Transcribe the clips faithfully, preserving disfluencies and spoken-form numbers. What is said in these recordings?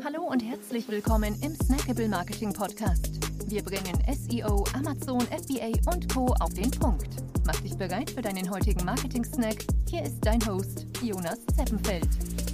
Hallo und herzlich willkommen im Snackable Marketing Podcast. Wir bringen S E O, Amazon, F B A und Co. auf den Punkt. Mach dich bereit für deinen heutigen Marketing-Snack. Hier ist dein Host, Jonas Zeppenfeld.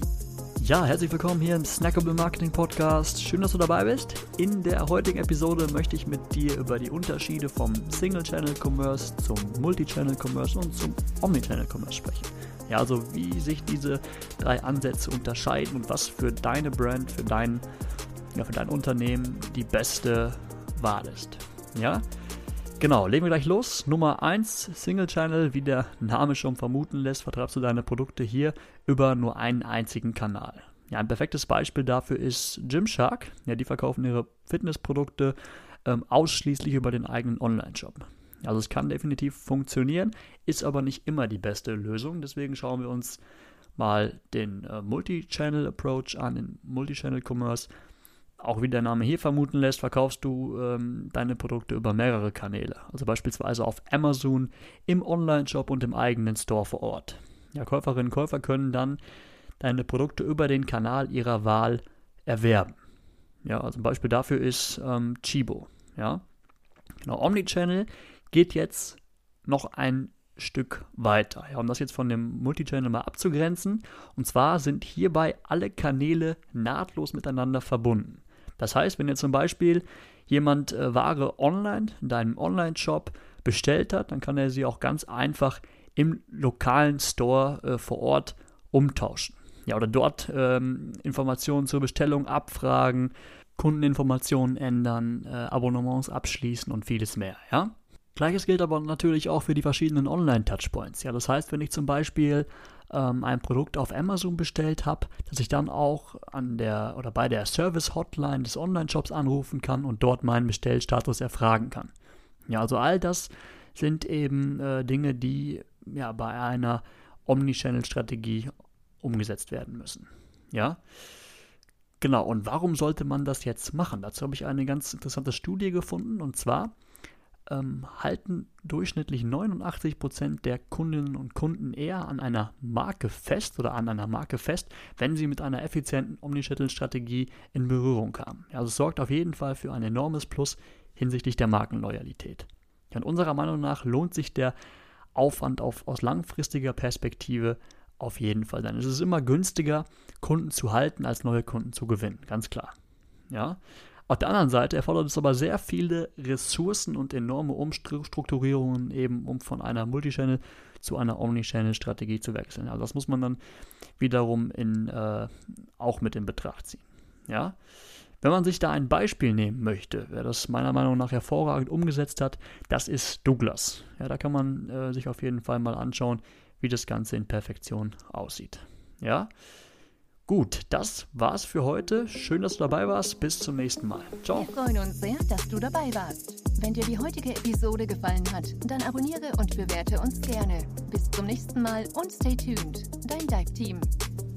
Ja, herzlich willkommen hier im Snackable Marketing Podcast. Schön, dass du dabei bist. In der heutigen Episode möchte ich mit dir über die Unterschiede vom Single-Channel-Commerce zum Multi-Channel-Commerce und zum Omni-Channel-Commerce sprechen. Ja, also wie sich diese drei Ansätze unterscheiden und was für deine Brand, für dein, ja, für dein Unternehmen die beste Wahl ist. Ja, genau, legen wir gleich los. Nummer eins, Single Channel, wie der Name schon vermuten lässt, vertreibst du deine Produkte hier über nur einen einzigen Kanal. Ja, ein perfektes Beispiel dafür ist Gymshark. Ja, die verkaufen ihre Fitnessprodukte ähm, ausschließlich über den eigenen Online-Shop. Also es kann definitiv funktionieren, ist aber nicht immer die beste Lösung. Deswegen schauen wir uns mal den äh, Multi-Channel-Approach an, den Multi-Channel-Commerce. Auch wie der Name hier vermuten lässt, verkaufst du ähm, deine Produkte über mehrere Kanäle. Also beispielsweise auf Amazon, im Online-Shop und im eigenen Store vor Ort. Ja, Käuferinnen und Käufer können dann deine Produkte über den Kanal ihrer Wahl erwerben. Ja, also ein Beispiel dafür ist ähm, Chibo. Ja, genau, Omnichannel geht jetzt noch ein Stück weiter. Ja, um das jetzt von dem Multichannel mal abzugrenzen. Und zwar sind hierbei alle Kanäle nahtlos miteinander verbunden. Das heißt, wenn jetzt zum Beispiel jemand äh, Ware online in deinem Online-Shop bestellt hat, dann kann er sie auch ganz einfach im lokalen Store äh, vor Ort umtauschen. Ja, oder dort ähm, Informationen zur Bestellung abfragen, Kundeninformationen ändern, äh, Abonnements abschließen und vieles mehr. Ja? Gleiches gilt aber natürlich auch für die verschiedenen Online-Touchpoints. Ja, das heißt, wenn ich zum Beispiel ähm, ein Produkt auf Amazon bestellt habe, dass ich dann auch an der oder bei der Service-Hotline des Online-Shops anrufen kann und dort meinen Bestellstatus erfragen kann. Ja, also all das sind eben äh, Dinge, die ja bei einer Omnichannel-Strategie umgesetzt werden müssen. Ja, genau. Und warum sollte man das jetzt machen? Dazu habe ich eine ganz interessante Studie gefunden, und zwar ähm, halten durchschnittlich neunundachtzig Prozent der Kundinnen und Kunden eher an einer Marke fest oder an einer Marke fest, wenn sie mit einer effizienten Omnichannel-Strategie in Berührung kamen. Also es sorgt auf jeden Fall für ein enormes Plus hinsichtlich der Markenloyalität. Und unserer Meinung nach lohnt sich der Aufwand auf, aus langfristiger Perspektive auf jeden Fall sein. Es ist immer günstiger, Kunden zu halten, als neue Kunden zu gewinnen, ganz klar. Ja? Auf der anderen Seite erfordert es aber sehr viele Ressourcen und enorme Umstrukturierungen, eben um von einer Multichannel zu einer Omnichannel-Strategie zu wechseln. Also das muss man dann wiederum in, äh, auch mit in Betracht ziehen. Ja? Wenn man sich da ein Beispiel nehmen möchte, wer das meiner Meinung nach hervorragend umgesetzt hat, das ist Douglas. Ja, da kann man äh, sich auf jeden Fall mal anschauen, wie das Ganze in Perfektion aussieht. Ja, gut, das war's für heute. Schön, dass du dabei warst. Bis zum nächsten Mal. Ciao. Wir freuen uns sehr, dass du dabei warst. Wenn dir die heutige Episode gefallen hat, dann abonniere und bewerte uns gerne. Bis zum nächsten Mal und stay tuned. Dein Dive Team.